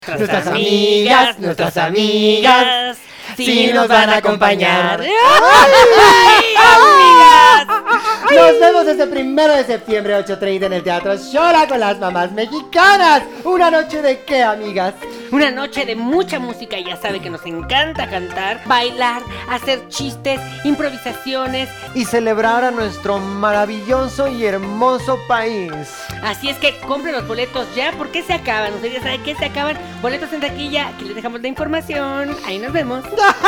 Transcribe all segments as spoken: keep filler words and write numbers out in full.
Nuestras amigas, nuestras amigas, sí nos van a acompañar. ¡Ay, amigas! Nos vemos este primero de septiembre, ocho treinta en el Teatro Xola con las mamás mexicanas. ¿Una noche de qué, amigas? Una noche de mucha música, ya sabe que nos encanta cantar, bailar, hacer chistes, improvisaciones y celebrar a nuestro maravilloso y hermoso país. Así es que compren los boletos ya porque se acaban. Ustedes ya saben que se acaban. Boletos en taquilla, aquí les dejamos la información. Ahí nos vemos.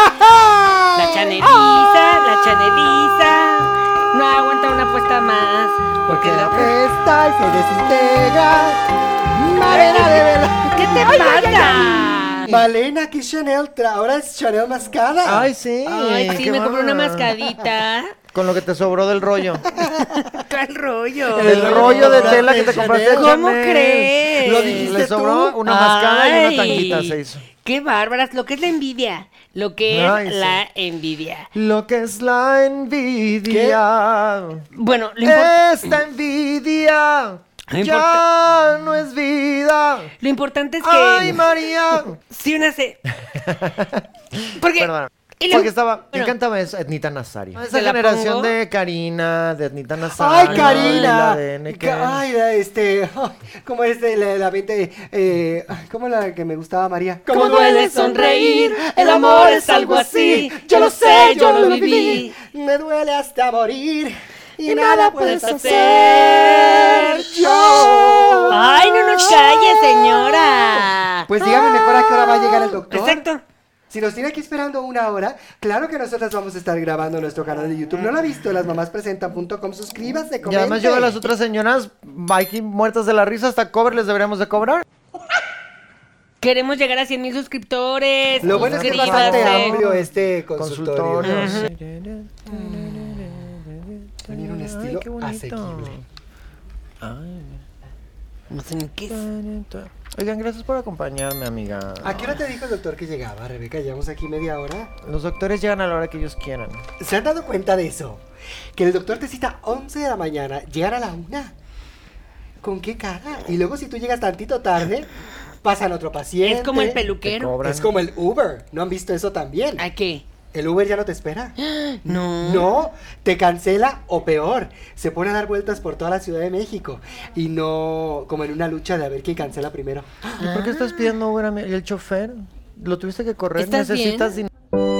La chaneliza, la chaneliza no aguanta una apuesta más. Porque la apuesta y se desintegra. Malena, de verdad. ¿Qué te ay, pasa? Ay, ay, ay. Malena, que Chanel tra... ahora es Chanel mascada. Ay, sí. Ay, sí, me compré una mascadita. Con lo que te sobró del rollo. ¿Cuál rollo? El, el rollo de tela que te compraste de ¿Cómo Chanel. crees? ¿Lo dijiste Le sobró tú? una mascada y Ay, una tanguita se hizo. Qué bárbaras, lo que es la envidia. Lo que Ay, es sí. la envidia. Lo que es la envidia. Bueno, lo importante... Esta envidia Lo ya importa- no es vida. Lo importante es que... Ay, María. si una se... Porque... Perdón. y lo- Porque estaba, bueno, ¿quién cantaba eso? Etnita Nazario. Esa ¿te la generación pongo? de Karina, de Etnita Nazario. Ay, Karina. La de N K. Ca- Ay, la, este, ¿cómo es de la, la mente? Eh, ¿Cómo la que me gustaba, María? ¿Cómo duele sonreír? El amor es algo así. Yo lo sé, yo lo viví. Me duele hasta morir. Y, Y nada nada puedes puedes hacer. Yo. Ay, no nos calle, señora. Pues dígame mejor a qué hora va a llegar el doctor. Exacto. Si nos tiene aquí esperando una hora, claro que nosotras vamos a estar grabando nuestro canal de YouTube. ¿No lo ha visto? las mamás presentan punto com. Suscríbase, Y comente. además yo a las otras señoras aquí muertas de la risa, hasta cover les deberíamos de cobrar. Queremos llegar a cien mil suscriptores. Lo bueno es que es Suscríbase. bastante amplio este consultorio. Consultorio. Tener un estilo Ay, qué bonito. asequible. Ay, No sé ni qué es. bonito. Oigan, gracias por acompañarme, amiga. ¿A qué hora te dijo el doctor que llegaba, Rebeca? Llevamos aquí media hora. Los doctores llegan a la hora que ellos quieran. ¿Se han dado cuenta de eso? Que el doctor te cita once de la mañana, llegar a la una. ¿Con qué cara? Y luego si tú llegas tantito tarde, pasan otro paciente. Es como el Te peluquero. cobran. Es como el Uber. ¿No han visto eso también? ¿A qué? El Uber ya no te espera. No. No, te cancela o peor, se pone a dar vueltas por toda la Ciudad de México y no como en una lucha de a ver quién cancela primero. ¿Y por qué estás pidiendo Uber a mí? ¿Y el chofer? ¿Lo tuviste que correr? ¿Estás ¿Necesitas bien? dinero?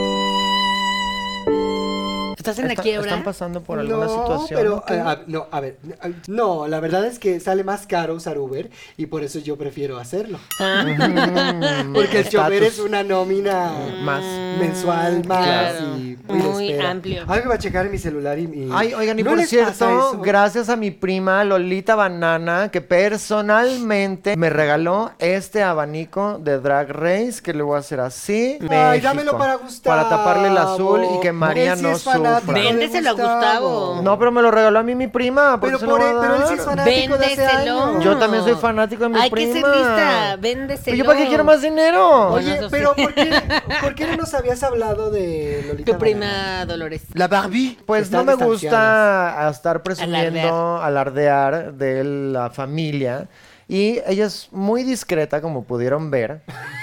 ¿Estás en la Está- quiebra? ¿Están pasando por alguna No, situación? pero ¿o qué? a- a- no, a ver, a- no, la verdad es que sale más caro usar Uber y por eso yo prefiero hacerlo. Ah. Mm, Porque el chofer estatus es una nómina más. mensual más Claro, y muy espera. amplio. Algo va a checar en mi celular y mi... Ay, oigan, y ¿No por les pasa cierto, eso? gracias a mi prima Lolita Banana, que personalmente me regaló este abanico de Drag Race, que le voy a hacer así. Ay, México, dámelo para Gustavo. Para taparle el azul y que María Él sí no es fanático sufra. de Véndeselo a Gustavo. No, pero me lo regaló a mí mi prima, ¿por Pero, qué se por lo él, voy a pero él sí dar? es fanático de hace Véndeselo. años. Yo también soy fanático de mi Hay prima. que ser lista, véndeselo. ¿Y yo para qué quiero más dinero? Bueno, Oye, eso pero sí. ¿por qué, ¿por qué no nos habías hablado de Lolita Tu Banana? prima Dolores. La Barbie. Pues Están no me distanciadas. gusta estar presumiendo, alardear de la familia. Y ella es muy discreta, como pudieron ver.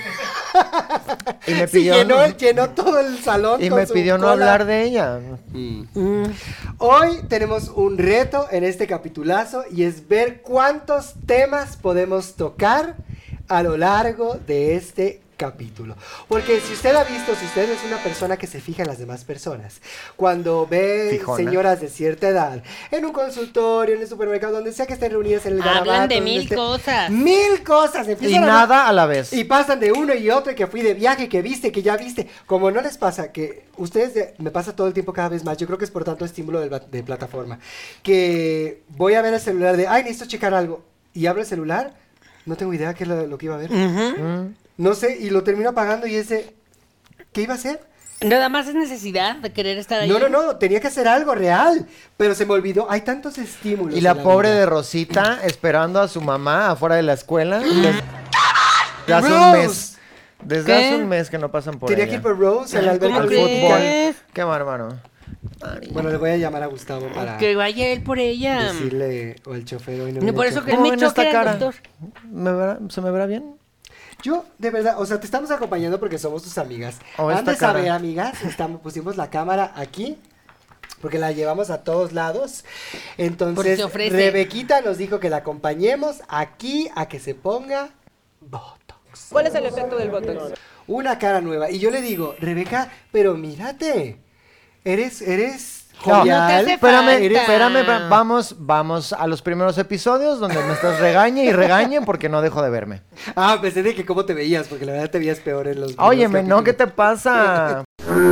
Y me Sí, pidió, llenó, llenó todo el salón y con me su pidió no cola. hablar de ella. Mm. Hoy tenemos un reto en este capitulazo y es ver cuántos temas podemos tocar a lo largo de este capítulo. Porque si usted ha visto, si usted es una persona que se fija en las demás personas, cuando ve Fijona. señoras de cierta edad, en un consultorio, en el supermercado, donde sea que estén reunidas en el Hablan garabato, de donde mil esté- cosas. Mil cosas. Y empiezan a- nada a la vez. Y pasan de uno y otro, y que fui de viaje, que viste, que ya viste. Como no les pasa, que ustedes, de- me pasa todo el tiempo cada vez más, yo creo que es por tanto estímulo de, de plataforma, que voy a ver el celular de, ay, necesito checar algo, y abro el celular, no tengo idea qué es lo, lo que iba a ver. Ujú. Mm. No sé, y lo termino apagando y ese, ¿qué iba a hacer? Nada más es necesidad de querer estar ahí. No, no, no, tenía que hacer algo real, pero se me olvidó, hay tantos estímulos. Y la en la pobre vida. de Rosita esperando a su mamá afuera de la escuela. Desde, desde hace un Rose. mes. Desde ¿Qué? hace un mes que no pasan por Tenía ella. que ir por Rose, al Ay, albergue ¿cómo Al crees? fútbol. Qué bárbaro. Bueno, le voy a llamar a Gustavo para Que vaya él por ella. decirle, o el chofer hoy no No, viene por el eso chofer. que ¿Cómo me ven choque esta el cara? doctor. ¿Me verá- ¿Se me verá bien? Yo, de verdad, o sea, te estamos acompañando porque somos tus amigas. Oh, Han esta de saber, cara. amigas, estamos, pusimos la cámara aquí porque la llevamos a todos lados. Porque Entonces, se ofrece. Rebequita nos dijo que la acompañemos aquí a que se ponga Botox. ¿Cuál es el efecto del Botox? Una cara nueva. Y yo le digo, Rebeca, pero mírate, eres, eres No, jovial. No te hace espérame, falta. espérame, va- vamos, vamos a los primeros episodios donde me estás regañe y regañe porque no dejo de verme. Ah, pensé de que cómo te veías, porque la verdad te veías peor en los Óyeme, primeros ¿no? ¿Qué te capítulos. pasa?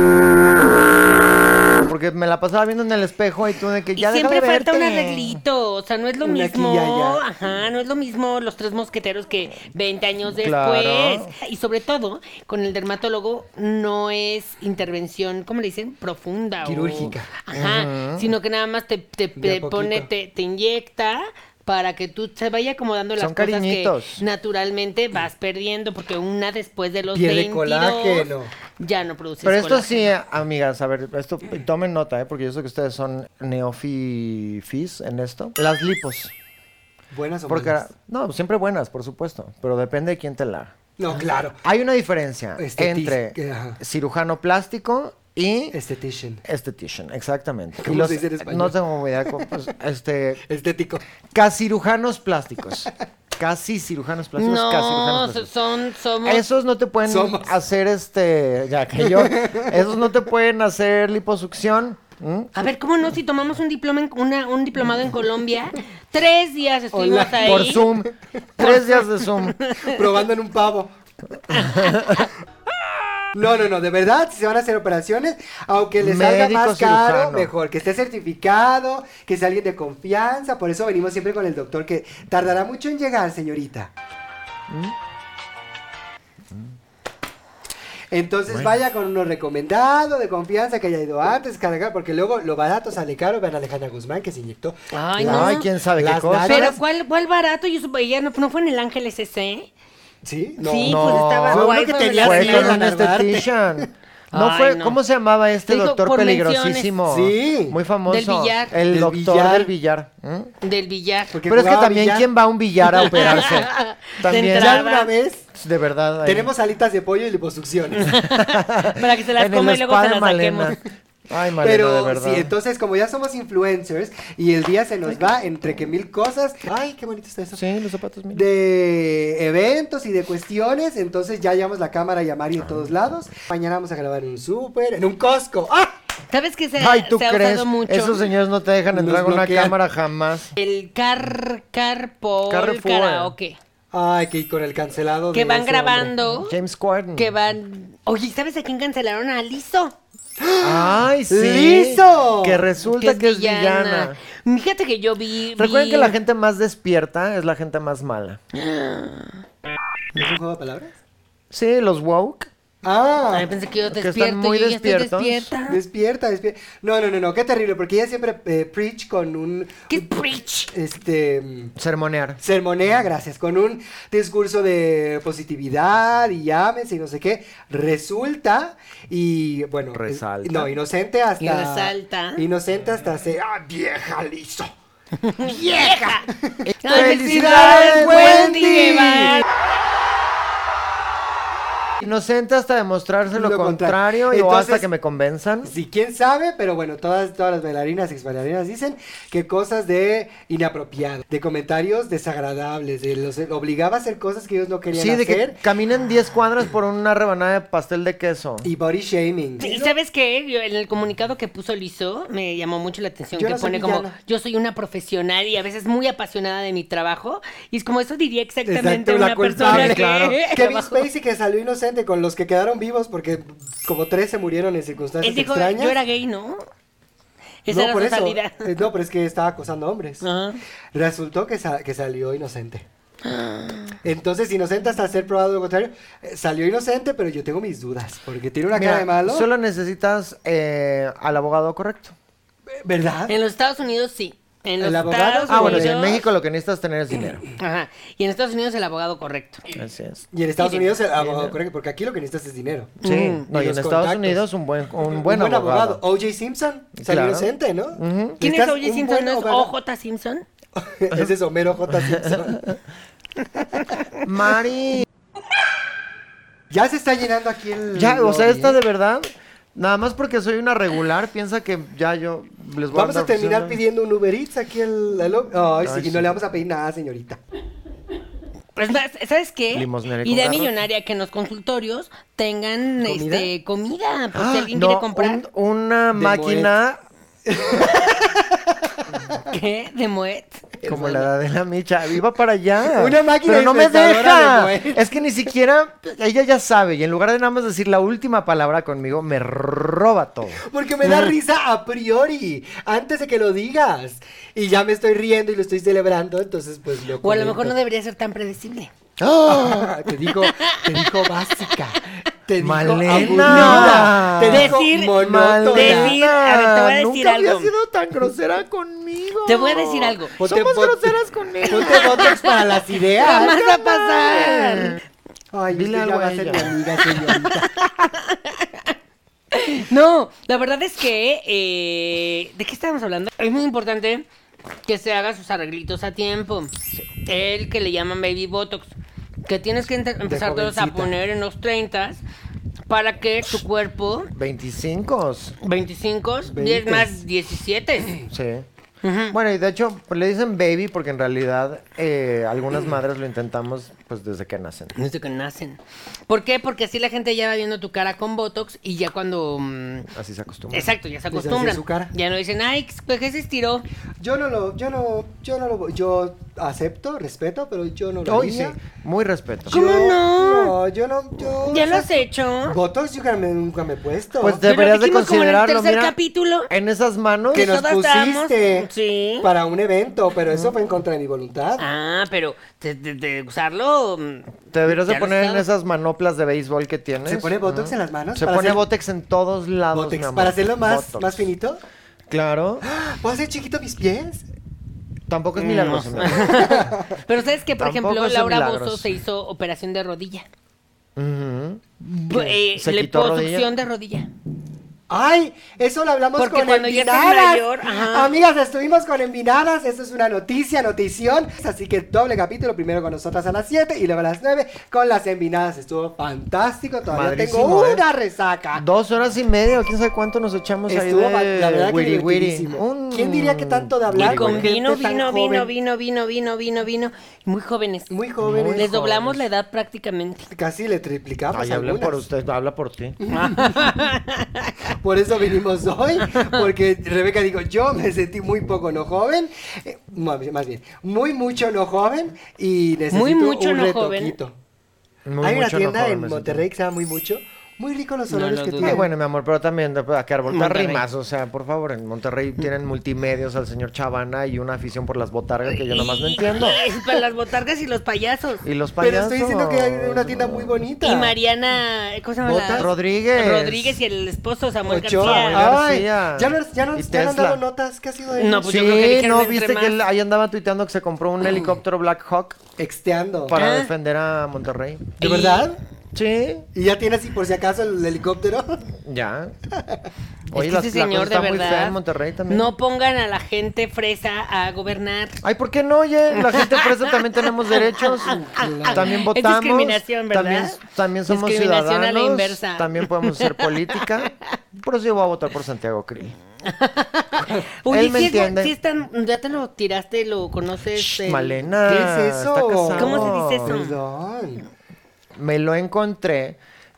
Porque me la pasaba viendo en el espejo y tú de que Y ya deja siempre de falta un verte. arreglito, o sea, no es lo Una aquí mismo, y allá. ajá, no es lo mismo los tres mosqueteros que veinte años Claro. después. Y sobre todo, con el dermatólogo no es intervención, ¿cómo le dicen? Profunda. o- Quirúrgica. Ajá, Ujú. sino que nada más te, te- De a te pone, poquito. te, te inyecta para que tú se vaya acomodando las Son cosas cariñitos. que naturalmente vas perdiendo, porque una después de los Pierde veintidós colágeno. ya no produces Pero esto sí, colágeno. amigas, a ver, esto tomen nota, ¿eh? Porque yo sé que ustedes son neofifis en esto. Las lipos. Buenas o Porque, malas. no, siempre buenas, por supuesto, pero depende de quién te la haga. No, claro. Hay una diferencia Estetis- entre que- ajá. cirujano plástico y Esthetician. estetician, exactamente. ¿Cómo Y los- se dice en español? No tengo idea, cómo, pues, este, Estético. casirujanos plásticos. Casi cirujanos plásticos, casi No, cirujanos so- plásticos. son, somos... Esos no te pueden Somos. hacer este, ya que yo, esos no te pueden hacer liposucción. ¿m? A ver, ¿cómo no? Si tomamos un diploma en, una, un diplomado en Colombia, tres días estuvimos Hola. ahí. Por Zoom, tres días de Zoom. Probando en un pavo. No, no, no, de verdad, si se van a hacer operaciones, aunque les salga Médico más caro, cirujano. mejor, que esté certificado, que sea alguien de confianza, por eso venimos siempre con el doctor, que tardará mucho en llegar, señorita. Entonces Bueno. vaya con uno recomendado, de confianza, que haya ido antes, cargar, porque luego lo barato sale caro, vean a Alejandra Guzmán, que se inyectó. Ay, las- no. Ay, quién sabe qué Las cosa. nachas. Pero ¿cuál, cuál barato? Yo supe, ya no, no fue en el Ángeles ese. ¿Sí? No. Sí, No. pues estaba... Fue o uno ahí que donde tenía la Fue así, hacían. con un Narvarte. estetician. No Ay, fue, no. ¿cómo se llamaba este Dijo, doctor por peligrosísimo? Sí. Muy famoso. Del billar. El Del doctor billar. del billar. ¿m? Del billar. Porque Pero es que jugaba también, billar. ¿quién va a un billar a operarse? También. De Ya entrada. alguna vez De verdad. ahí. tenemos alitas de pollo y liposucciones. Para que se las En el coma y luego spa se de las Malena. saquemos. Ay, Malena, Pero de verdad. sí, entonces como ya somos influencers y el día se nos va entre que mil cosas, ay, qué bonito está eso. Sí, los zapatos mira. De eventos y de cuestiones, entonces ya llevamos la cámara y a Mari en todos lados. Mañana vamos a grabar en un súper, en un Costco. ¡Ah! ¿Sabes qué se, Ay, ¿tú se ha crees? usado mucho? Esos señores no te dejan Nos entrar con una bloquean. cámara jamás. El car, carpool Carrefour. karaoke. Ay, que con el cancelado Que de van ese grabando. James Corden. Que van... Oye, ¿sabes a quién cancelaron? A Lizo. Ay, sí. ¡Liso! Que resulta que es villana. Fíjate que yo vi... Recuerden vi- que la gente más despierta es la gente más mala. hombre. ¿Es un juego de palabras? Sí, los woke. Ah, Ay, pensé que yo Que despierto. están muy yo ya estoy despiertos. despierta. despierta, despierta. No, no, no, no, qué terrible, porque ella siempre eh, preach con un... ¿Qué es preach? Este... mm, Sermonear. sermonea, gracias, con un discurso de positividad y llámese y no sé qué. Resulta y bueno, Resalta. eh, no, inocente hasta Y resalta. Inocente hasta se ah, vieja liso. ¡Vieja! ¡Felicidades, Wendy! Guevara! Inocente hasta demostrarse lo, Lo contrario, contrario. y o hasta Entonces- que me convenzan. Sí, quién sabe, pero bueno, todas, todas las bailarinas y ex bailarinas dicen que cosas de inapropiado, de comentarios desagradables, de los obligaba a hacer cosas que ellos no querían Sí, de que hacer caminen diez cuadras por una rebanada de pastel de queso. y body shaming. ¿Y sabes qué? Yo, en el comunicado que puso Lizo me llamó mucho la atención Yo que no soy pone como villana. yo soy una profesional y a veces muy apasionada de mi trabajo y es como eso diría exactamente Exacto, la una culpable, persona que claro. Kevin trabajó. Spacey que salió inocente con los que quedaron vivos porque como tres se murieron en circunstancias Él dijo, extrañas. yo era gay, ¿no? Esa no, era por su eso. salida. Eh, No, pero es que estaba acosando hombres. Ajá. Resultó que, sa- que salió inocente. Entonces, inocente hasta ser probado lo contrario. Eh, salió inocente, pero yo tengo mis dudas. Porque tiene una Mira, cara de malo. solo necesitas eh, al abogado correcto. ¿Verdad? En los Estados Unidos sí. En los ¿El abogado? Estados Ah, bueno, Unidos. sí, en México lo que necesitas tener es dinero. Ajá. Y en Estados Unidos el abogado correcto. Así es. Y en Estados Y Unidos el dinero. abogado correcto, porque aquí lo que necesitas es dinero. Sí, Mm. no, Y y en los Estados contactos. Unidos un buen, un Un buen, abogado. O J. Simpson salió Claro. inocente, ¿no? Ujú. ¿Quién es Necesitas O J. un Simpson? buen ¿No es abogado. O J. Simpson? Ese es Homero J. Simpson. Mari. Ya se está llenando aquí el... Ya, o sea, lobby, esta ¿eh? de verdad, nada más porque soy una regular, piensa que ya yo les voy Vamos a a andar terminar ofreciendo- pidiendo un Uber Eats aquí al... al lobby. Ay, Ay, sí, sí. no le vamos a pedir nada, señorita. Pues, ¿sabes qué? Limosnera y Idea con garrote. millonaria que en los consultorios tengan ¿Comida? este comida, por si Ah, alguien no, quiere comprar. un- una De máquina ¿Qué? ¿De Moet? como la de la Micha, iba para allá. Una máquina Pero no me dispensadora de deja. Moet. Es que ni siquiera ella ya sabe y en lugar de nada más decir la última palabra conmigo me roba todo. Porque me da risa a priori, antes de que lo digas. Y ya me estoy riendo y lo estoy celebrando, entonces pues lo O a lo mejor no comento. debería ser tan predecible. Ah, te dijo, te dijo básica. Te dijo Malena. aburrida. Te dijo Decir- monótona. decir- a ver, te voy a decir Nunca había algo. sido tan grosera conmigo. Te voy a decir algo. Ponte Somos bot- groseras conmigo. Ponte botox para las ideas. Jamás va a pasar. Ay, Dile usted ya algo va a a ser ella. mi amiga, señorita. No, la verdad es que... eh, ¿de qué estábamos hablando? Es muy importante que se haga sus arreglitos a tiempo. El que le llaman baby botox. Que tienes que ente- empezar todos a jovencita. poner en los treinta para que tu cuerpo... veinticinco. veinticinco, diez Veinte. más diecisiete. Sí. Ujú. Bueno, y de hecho, pues, le dicen baby porque en realidad eh, algunas madres lo intentamos pues desde que nacen. Desde que nacen. ¿Por qué? Porque así la gente ya va viendo tu cara con botox y ya cuando... mm, Así se acostumbra. exacto, ya se Pues así acostumbran. es su cara. Ya no dicen, ay, pues que se estiró. Yo no lo, yo no, yo no lo, yo acepto, respeto, pero yo no lo Hoy sí, haría. muy respeto. ¿Cómo Yo- no? No, yo no, yo... ¿Ya o lo sea, has hecho? Botox yo nunca me, nunca me he puesto. Pues Pero lo deberías de dijimos como en el considerarlo, tercer mira. capítulo. En esas manos. que nos todas estábamos- pusiste Sí. para un evento, pero eso fue en contra de mi voluntad. Ah, pero de, de- de usarlo... mm, Te deberías de ya lo poner en sabes. esas manoplas de béisbol que tienes. ¿Se pone Botox Ajá. en las manos? Se para pone hacer- Botox en todos lados, Botox, mi amor. para hacerlo más, Botox. más finito. Claro. ¿Puedo hacer chiquito mis pies? Tampoco es Mm, milagroso. no. mi amor. Pero ¿sabes qué? Por Tampoco ejemplo, es Laura milagros. Bozzo se hizo operación de rodilla. Ujú. Eh, ¿Se le quitó liposucción rodilla? de rodilla. Ay, eso lo hablamos Porque con cuando ya estás Envinadas. mayor, ajá. Amigas, estuvimos con Envinadas. Esto es una noticia, notición. Así que doble capítulo, primero con nosotras a las siete y luego a las nueve con las Envinadas. Estuvo fantástico. Todavía Madrísimo, tengo ¿eh? una resaca. Dos horas y media, o quién sabe cuánto nos echamos Estuvo, ahí fa- de la verdad que wiri wiri. divertidísimo. Un- ¿Quién diría que tanto de Y hablar con gente vino, tan vino, vino, joven? vino, vino, vino, vino, vino. Muy jóvenes. Muy jóvenes. Les doblamos jóvenes. la edad prácticamente. Casi le triplicamos Ay, habla algunas. por usted, habla por ti. Por eso vinimos hoy, porque Rebeca dijo, yo me sentí muy poco no joven, eh, más bien- más bien, muy mucho no joven y necesito Muy mucho un no joven. retoquito. Muy Hay una mucho, no, tienda joven, en me siento. Monterrey que se llama Muy Mucho. Muy rico los No olores lo que dudo. tiene. Ay, bueno, mi amor, pero también de- a que voltar Monterrey. rimas, o sea, por favor, en Monterrey tienen multimedios al señor Chavana y una afición por las botargas que yo nomás no Y- entiendo. y- Para las botargas y los payasos. Y los Pero payasos. estoy diciendo que hay una tienda muy bonita. Y Mariana, ¿cómo se llama? ¿Botas? la- Rodríguez. Rodríguez y el esposo Samuel Ochoa. García. Samuel Ay, García. ya nos, ya nos, Y ya nos han dado Tesla. notas. ¿Qué ha sido de ellos? No, pues Sí, yo creo que dijeron ¿no entre viste que él más. ahí andaba tuiteando que se compró un helicóptero Black Hawk Exteando. para Ah. defender a Monterrey? ¿De Y- verdad? Sí, ¿Y ya tienes, por si acaso, el helicóptero? ya. Es que la- ese la señor cosa de está muy fea verdad. en Monterrey también. No pongan a la gente fresa a gobernar. Ay, ¿por qué no? Oye, la gente fresa también tenemos derechos. También Es votamos. discriminación, ¿verdad? También, también somos Discriminación a la ciudadanos. inversa. También podemos hacer política. Por eso yo voy a votar por Santiago Krill. Oye, Él me si es, entiende. si es tan- ya te lo tiraste, lo conoces. Shh, eh, Malena. ¿Qué es eso? está casado. ¿Cómo se dice eso? Perdón. Me lo encontré,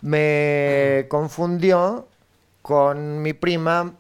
me confundió con mi prima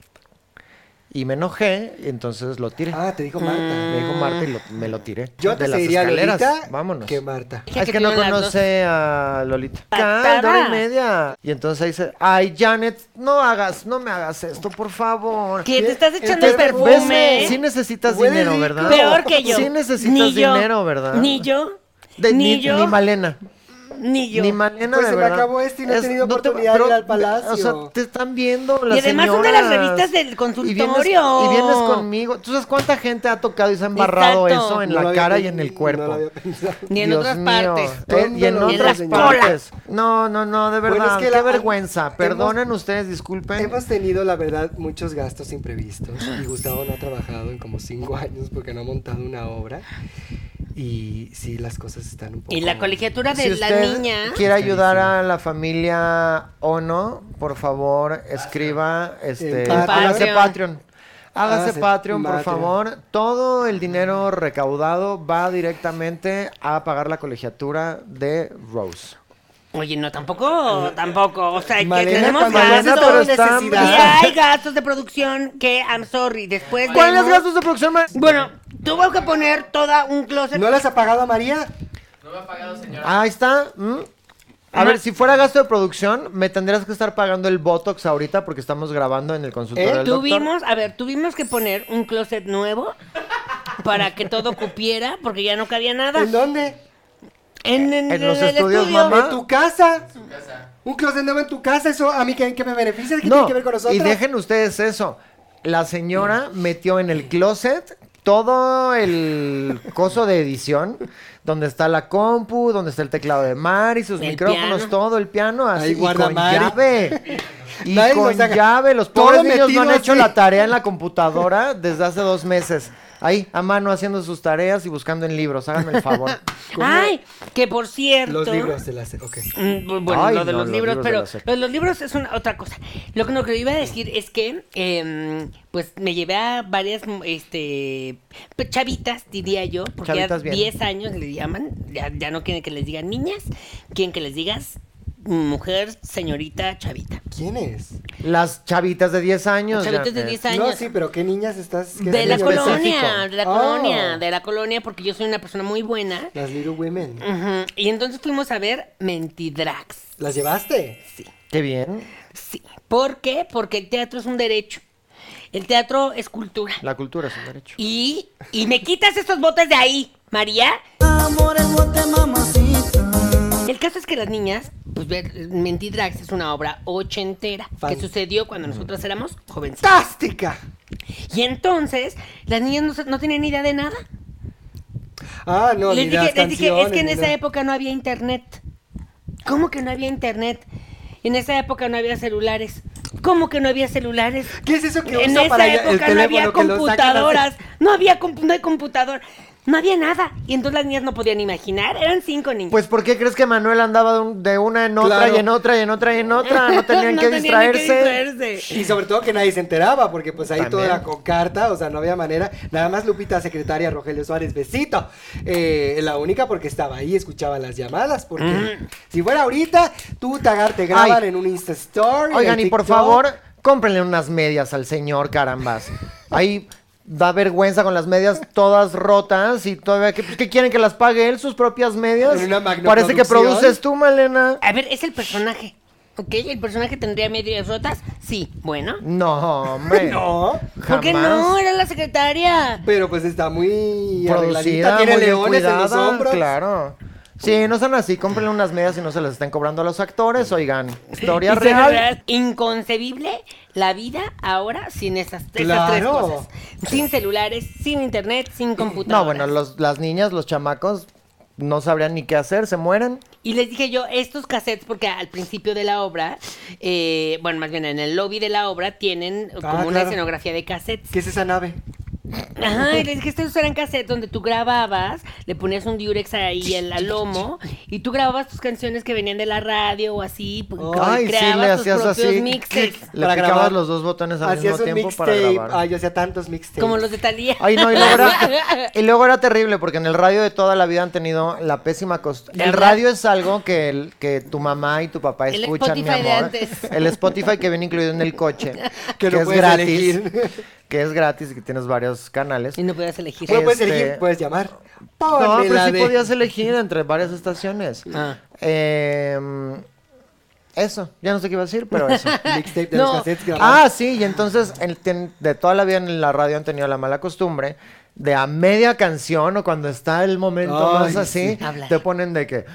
y me enojé, y entonces lo tiré. Ah, te dijo Marta. Me dijo Marta y lo- me lo tiré. Yo de te las seguiría escaleras. Lolita Vámonos. que Marta. Dije Es que que no tienen las conoce a Lolita. Patada. Ah, de hora y media. Y entonces ahí dice, ay, Janet, no hagas, no me hagas esto, por favor. Que te estás echando Entonces, el perfume. ¿ves? Sí necesitas Huele dinero, rico. ¿verdad? Peor que yo. Sí necesitas Ni yo. dinero, ¿verdad? Ni yo. De- ni, ni, yo. ni Malena. Ni yo. Ni Malena, Pues de se me verdad. acabó este y no he tenido te- oportunidad de ir al palacio. O sea, te están viendo las Y además son de las señoras. revistas del Y vienes, consultorio. y vienes conmigo. ¿Tú sabes cuánta gente ha tocado y se ha embarrado Exacto. eso en No lo la había cara y pen- en el No cuerpo? lo había pensado. Ni en Dios otras mío. partes. Eh, y en ¿Dónde lo otras ves, partes. No, no, no, de Bueno, verdad. es que qué la- vergüenza. hemos- Perdonen ustedes, disculpen. Hemos tenido, la verdad, muchos gastos imprevistos y Gustavo no ha trabajado en como cinco años porque no ha montado una obra. Y sí, las cosas están un poco... Y la colegiatura de Si la usted niña. quiere ayudar a la familia Ono, por favor, escriba, este, En hágase Patreon. Patreon. Hágase Hágase Patreon, por Patreon. favor. Todo el dinero recaudado va directamente a pagar la colegiatura de Rose. Oye, no, tampoco, tampoco. O sea, que Malena, tenemos cuando Malena, gastos. pero necesito está- Y necesidad. hay gastos de producción que, I'm sorry, después ¿Cuáles vemos- gastos de producción? ma- Bueno, tuvo que poner toda un closet. ¿No las ha pagado a María? Ahí está. ¿Mm? A Ajá. ver, si fuera gasto de producción, me tendrías que estar pagando el Botox ahorita porque estamos grabando en el consultorio ¿Eh? del doctor. Tuvimos, a ver, tuvimos que poner un closet nuevo para que todo cupiera, porque ya no cabía nada. ¿En dónde? En, en- En los en el estudios, estudio. mamá. ¿En tu casa? Un closet nuevo en tu casa, eso a mí que, que me beneficia, ¿qué No, tiene que ver con nosotros? y dejen ustedes eso. La señora metió en el closet todo el coso de edición, donde está la compu, donde está el teclado de Mari, sus El micrófonos, piano. todo el piano, así Ahí y guarda con Mari. llave. Y Nadie con nos haga- llave, los todo pobres niños no metido han hecho así. la tarea en la computadora desde hace dos meses. Ahí, a mano, haciendo sus tareas y buscando en libros. Háganme el favor. Ay, que por cierto. Los libros se las... Ok. Mm, bu- Bueno, Ay, lo de no, los los libros, libros de pero la SEP. lo de los libros es una otra cosa. Lo que, lo que iba a decir es que, em, pues, me llevé a varias, mm, este, pues, chavitas, diría yo, porque Chavitas ya bien. diez años le llaman, ya, ya no quieren que les digan niñas, quieren que les digas mujer, señorita, chavita. ¿Quién es? Las chavitas de diez años. Chavitas de Janet. diez años. No, sí, pero ¿qué niñas estás? ¿Qué De la niño colonia, específico? de la Oh, colonia, de la colonia, porque yo soy una persona muy buena. Las Little Women. Ujú, y entonces fuimos a ver Mentidrags. ¿Las llevaste? Sí. Qué bien. Sí. ¿Por qué? Porque el teatro es un derecho. El teatro es cultura. La cultura es un derecho. Y, y me quitas estos botes de ahí, María. Amor, el bote, mamacita. El caso es que las niñas, pues ver, Mentidrags es una obra ochentera Fan. que sucedió cuando nosotros éramos jovencitas. ¡Fantástica! Y entonces, las niñas no, se- no tienen ni idea de nada. Ah, no, les ni dije, las les dije, es canciones, que en ni esa nada. época no había internet. ¿Cómo que no había internet? En esa época no había celulares. ¿Cómo que no había celulares? ¿Qué es eso que En usa esa para el época no había teléfono que lo sacan computadoras. No había compu- no hay computador. No había nada. Y entonces las niñas no podían imaginar. Eran cinco niños. Pues, ¿por qué crees que Manuel andaba de, un- de una en otra Claro. y en otra y en otra y en otra? No tenían No que tenían ni distraerse. distraerse. Y sobre todo que nadie se enteraba, porque pues ahí todo También. era con carta, o sea, no había manera. Nada más Lupita, secretaria, Rogelio Suárez, besito. Eh, la única porque estaba ahí, escuchaba las llamadas, porque Mm. si fuera ahorita, tú tagar te graban Ay. en un Insta Story. Oigan, en y por TikTok. favor, cómprenle unas medias al señor, carambas. Ahí da vergüenza con las medias todas rotas y todavía que, pues, ¿qué quieren que las pague él sus propias medias? En una magnoproducción. Parece que produces tú, Malena. A ver, es el personaje. ¿Ok? ¿El personaje tendría medias rotas? Sí. Bueno. No, hombre. No, ¿Por qué Jamás. no? Era la secretaria. pero pues está muy Producida, arregladita, tiene muy bien leones en los cuidada, hombros. claro. Sí, no son así, cómprenle unas medias y no se las estén cobrando a los actores, oigan. Historia Historia real. Inconcebible la vida ahora sin esas, esas tres Claro. cosas. Sin celulares, sin internet, sin computadora. No, bueno, los, las niñas, los chamacos, no sabrían ni qué hacer, se mueren. Y les dije yo, estos cassettes, porque al principio de la obra, eh, bueno, más bien en el lobby de la obra, tienen como Ah, una claro. escenografía de cassettes. ¿Qué es esa nave? Ajá, y les dije, estos eran cassettes donde tú grababas, le ponías un diurex ahí al, al lomo, y tú grababas tus canciones que venían de la radio o así, pues, Ay, sí, creabas le tus hacías propios así. mixes, Le Para picabas grabar. los dos botones al Hacías mismo un tiempo para mixtape. grabar. Ay, yo hacía tantos mixtapes. como los de Thalía. Ay, no, y luego, era, y luego era terrible porque en el radio de toda la vida han tenido la pésima costumbre. El ¿Verdad? radio es algo que, el- que tu mamá y tu papá El escuchan, mi Spotify de amor. antes. El Spotify que viene incluido en el coche, Que no es puedes gratis, elegir. que es gratis y que tienes varios canales. Y no podías elegir. Bueno, puedes Este- elegir, puedes llamar. No, pero Pónmela sí de- podías elegir entre varias estaciones. Ah. Em, eso, ya no sé qué iba a decir, pero eso. Mixtape de No. los cassettes grabados. Ah, sí, y entonces el ten- de toda la vida en la radio han tenido la mala costumbre de a media canción o cuando está el momento Ay, más así, sí. Habla. te ponen de que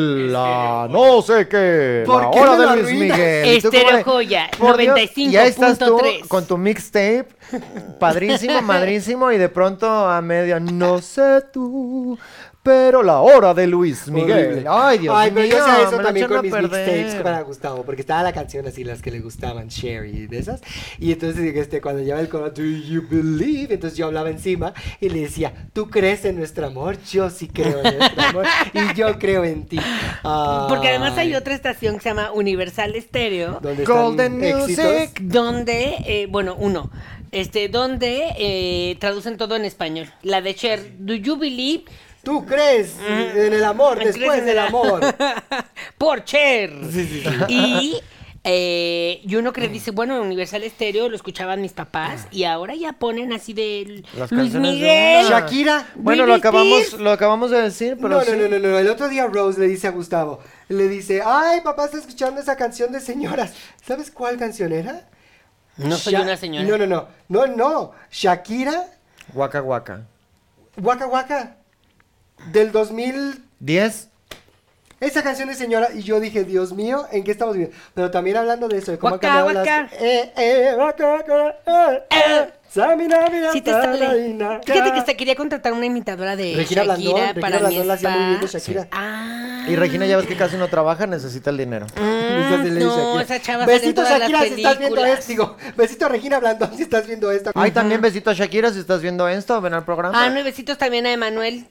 la no sé qué, ¿Por la qué hora me de lo Luis arruinas? Miguel. Y tú Estéreo como de, Joya, por Dios, noventa y cinco y ahí estás tú punto tres. con tu mixtape, padrísimo, madrísimo, y de pronto a media, no sé tú, Pero la hora de Luis Miguel. Horrible. Ay, Dios Ay, mío. pero yo hacía eso me la también echaron con mis a mixtapes perder. para Gustavo, porque estaba la canción así, las que le gustaban, Sherry, de esas. Y entonces, este, cuando llevaba el coro, Do you believe? Entonces yo hablaba encima y le decía, ¿tú crees en nuestro amor? Yo sí creo en nuestro amor. Y yo creo en ti. Porque además hay Ay, otra estación que se llama Universal Stereo, ¿dónde están Golden éxitos? Music. donde, eh, bueno, uno, este, donde eh, traducen todo en español. La de Cher, Do You Believe? ¿Tú crees en el amor ¿Crees después en del el- amor? Por Cher. Sí, sí, sí. Y, eh, y uno que dice, bueno, Universal Stereo lo escuchaban mis papás y ahora ya ponen así de Las Luis canciones de Miguel. una. Shakira. Bueno, Britney lo acabamos, Spears. lo acabamos de decir, pero No, sí. no, no, no, no. El otro día Rose le dice a Gustavo, le dice, ay, papá está escuchando esa canción de señoras. ¿Sabes cuál canción era? No soy Sha- una señora. No, no, no. No, no. Shakira, Guaca, guaca. Waka Waka, del dos mil. ¿Diez? Esa canción de señora, y yo dije, Dios mío, ¿en qué estamos viviendo? Pero también hablando de eso, de cómo Waka, han cambiado waka. las... Eh, eh, waka, waka, eh, eh, samina, mina, Sí te sale. taraina, Fíjate que ka. hasta quería contratar una imitadora de Regina Shakira Blandón, Regina para mi Blandón la hacía muy bien de spa. Shakira. Ah. Y Regina ya ves que casi no trabaja, necesita el dinero. Esa Mm, de Ley no, Shakira. esa chava sale en Besito todas las Shakira si estás viendo películas. esto, digo, besito Regina Blandón si estás viendo esto. Ay, también besito a Shakira si estás viendo esto, ven al programa. Ah, nueve besitos también a Emanuel.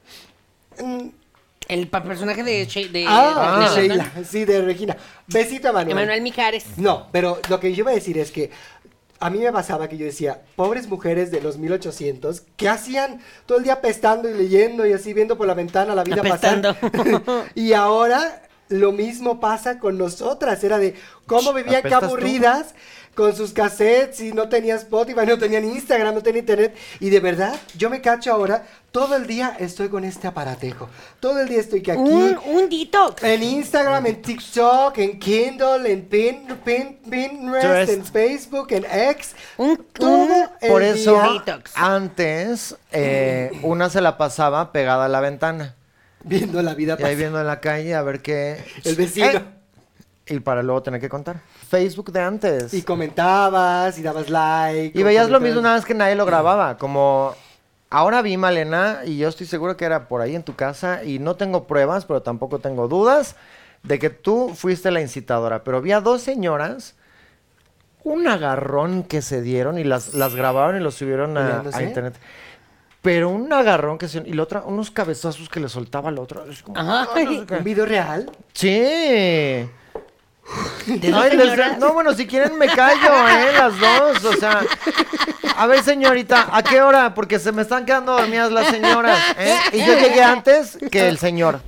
Mm, El pa- personaje de, She- de, Ah, de de Sheila, sí, de Regina. Besito a Manuel. Emanuel Mijares. No, pero lo que yo iba a decir es que a mí me pasaba que yo decía, pobres mujeres de los mil ochocientos, ¿qué hacían todo el día apestando y leyendo y así viendo por la ventana la vida Apestando. pasar? Y ahora lo mismo pasa con nosotras, era de cómo vivían que ¿Apestas tú? aburridas con sus cassettes y no tenía Spotify, no tenían Instagram, no tenía internet. Y de verdad, yo me cacho ahora, todo el día estoy con este aparatejo. Todo el día estoy que aquí... Un, un detox. En Instagram, en TikTok, en Kindle, en Pin, Pin, Pinterest, Pinterest. en Facebook, en X. Un, Todo un- el Por eso, día Detox. antes, eh, una se la pasaba pegada a la ventana. viendo la vida Y ahí pasar. viendo en la calle a ver qué... El vecino. Eh, y para luego tener que contar. Facebook de antes. Y comentabas y dabas like. Y o veías lo comentabas. mismo una vez que nadie lo grababa, como ahora vi Malena y yo estoy seguro que era por ahí en tu casa y no tengo pruebas, pero tampoco tengo dudas de que tú fuiste la incitadora, pero vi a dos señoras, un agarrón que se dieron y las, las grabaron y lo subieron a, ¿Peleándose? a internet. Pero un agarrón que se... Y la otra, unos cabezazos que le soltaba al otro. Es como, Ajá. "Ah, no sé qué". ¿Un video real? Sí. ¿De dos Ay, les- señoras? no, bueno, si quieren me callo, ¿eh? Las dos, o sea. A ver, señorita, ¿a qué hora? Porque se me están quedando dormidas las señoras, ¿eh? Y yo llegué antes que el señor.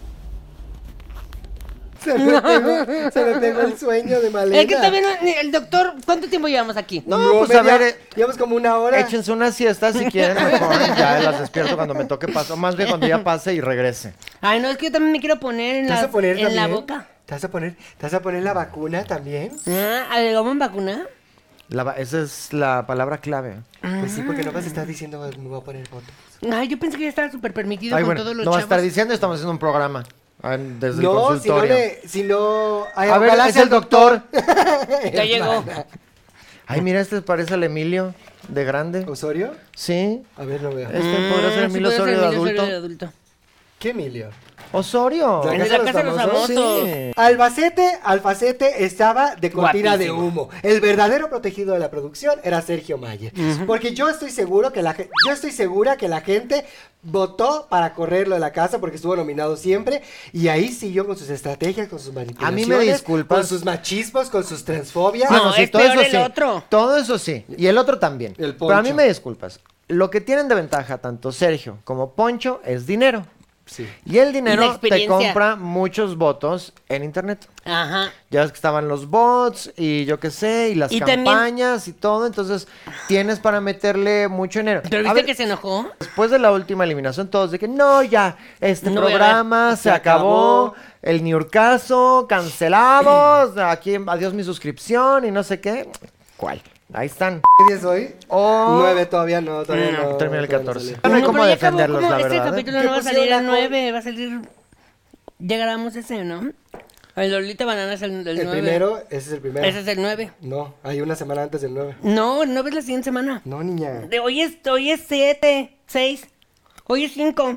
Se me pegó, se me pegó el sueño de Malena. Es que también el doctor, ¿cuánto tiempo llevamos aquí? No, pues a ver, eh, Llevamos como una hora. échense una siesta si quieren, mejor. Ya las despierto cuando me toque paso. Más bien cuando ya pase y regrese. Ay, no, es que yo también me quiero poner en, ¿Te vas la, a poner en la también? boca. ¿Te vas a poner, te vas a poner la vacuna también? Ah, ¿agregamos vacuna? La va- esa es la palabra clave. Pues sí, porque no vas a estar diciendo me voy a poner votos. Ay, yo pensé que ya estaba súper permitido Ay, con bueno, todos los no va a chavos. estar diciendo, estamos haciendo un programa. ah, Desde el No, si no consultorio. le, si no... Ay, A ver, ojalá es sea el doctor. Ya llegó. Ay, mira, este parece al Emilio de grande. ¿Osorio? Sí. A ver, no veo. Este podría ser Mm, sí Emilio puede ser Osorio de Emilio adulto. Osorio de adulto. ¿Qué Emilio? Osorio. ¿La El de la casa de los famosos. Sí. Albacete, Albacete estaba de cortina de Guapísimo. humo. El verdadero protegido de la producción era Sergio Mayer. Porque yo estoy seguro que la ge- yo estoy segura que la gente votó para correrlo de la casa porque estuvo nominado siempre y ahí siguió con sus estrategias, con sus manipulaciones, me disculpas. con sus machismos, con sus transfobias. No, Bueno, sí, es todo peor eso el sí. otro. Todo eso sí. Y el otro también. El Pero a mí Poncho. me disculpas. Lo que tienen de ventaja tanto Sergio como Poncho es dinero. Sí. Y el Y dinero la te experiencia. compra muchos votos en internet. Ajá. Ya ves que estaban los bots y yo qué sé, y las Y también- campañas y todo. Entonces tienes para meterle mucho dinero. ¿Pero A viste ver, que se enojó? después de la última eliminación, todos de que no, ya, este No voy a programa se, Se acabó, acabó. el Niurcaso, cancelamos, aquí, adiós mi suscripción y no sé qué. ¿Cuál? Ahí están. ¿Qué día es hoy? Oh, Nueve todavía no, todavía No, no. termina el todavía no catorce. salió. Ya no hay cómo pero ya acabó, defenderlos, ¿cómo? la Este verdad, ¿eh? capítulo ¿Qué no va a pusieron salir la el co- nueve, va a salir... Ya grabamos ese, ¿no? El Lolita Banana es el, el, El nueve. primero, ese es el primero. Ese es el nueve. No, hay una semana antes del nueve. No, el nueve es la siguiente semana. No, niña. De hoy es, hoy es siete, seis. Hoy es cinco.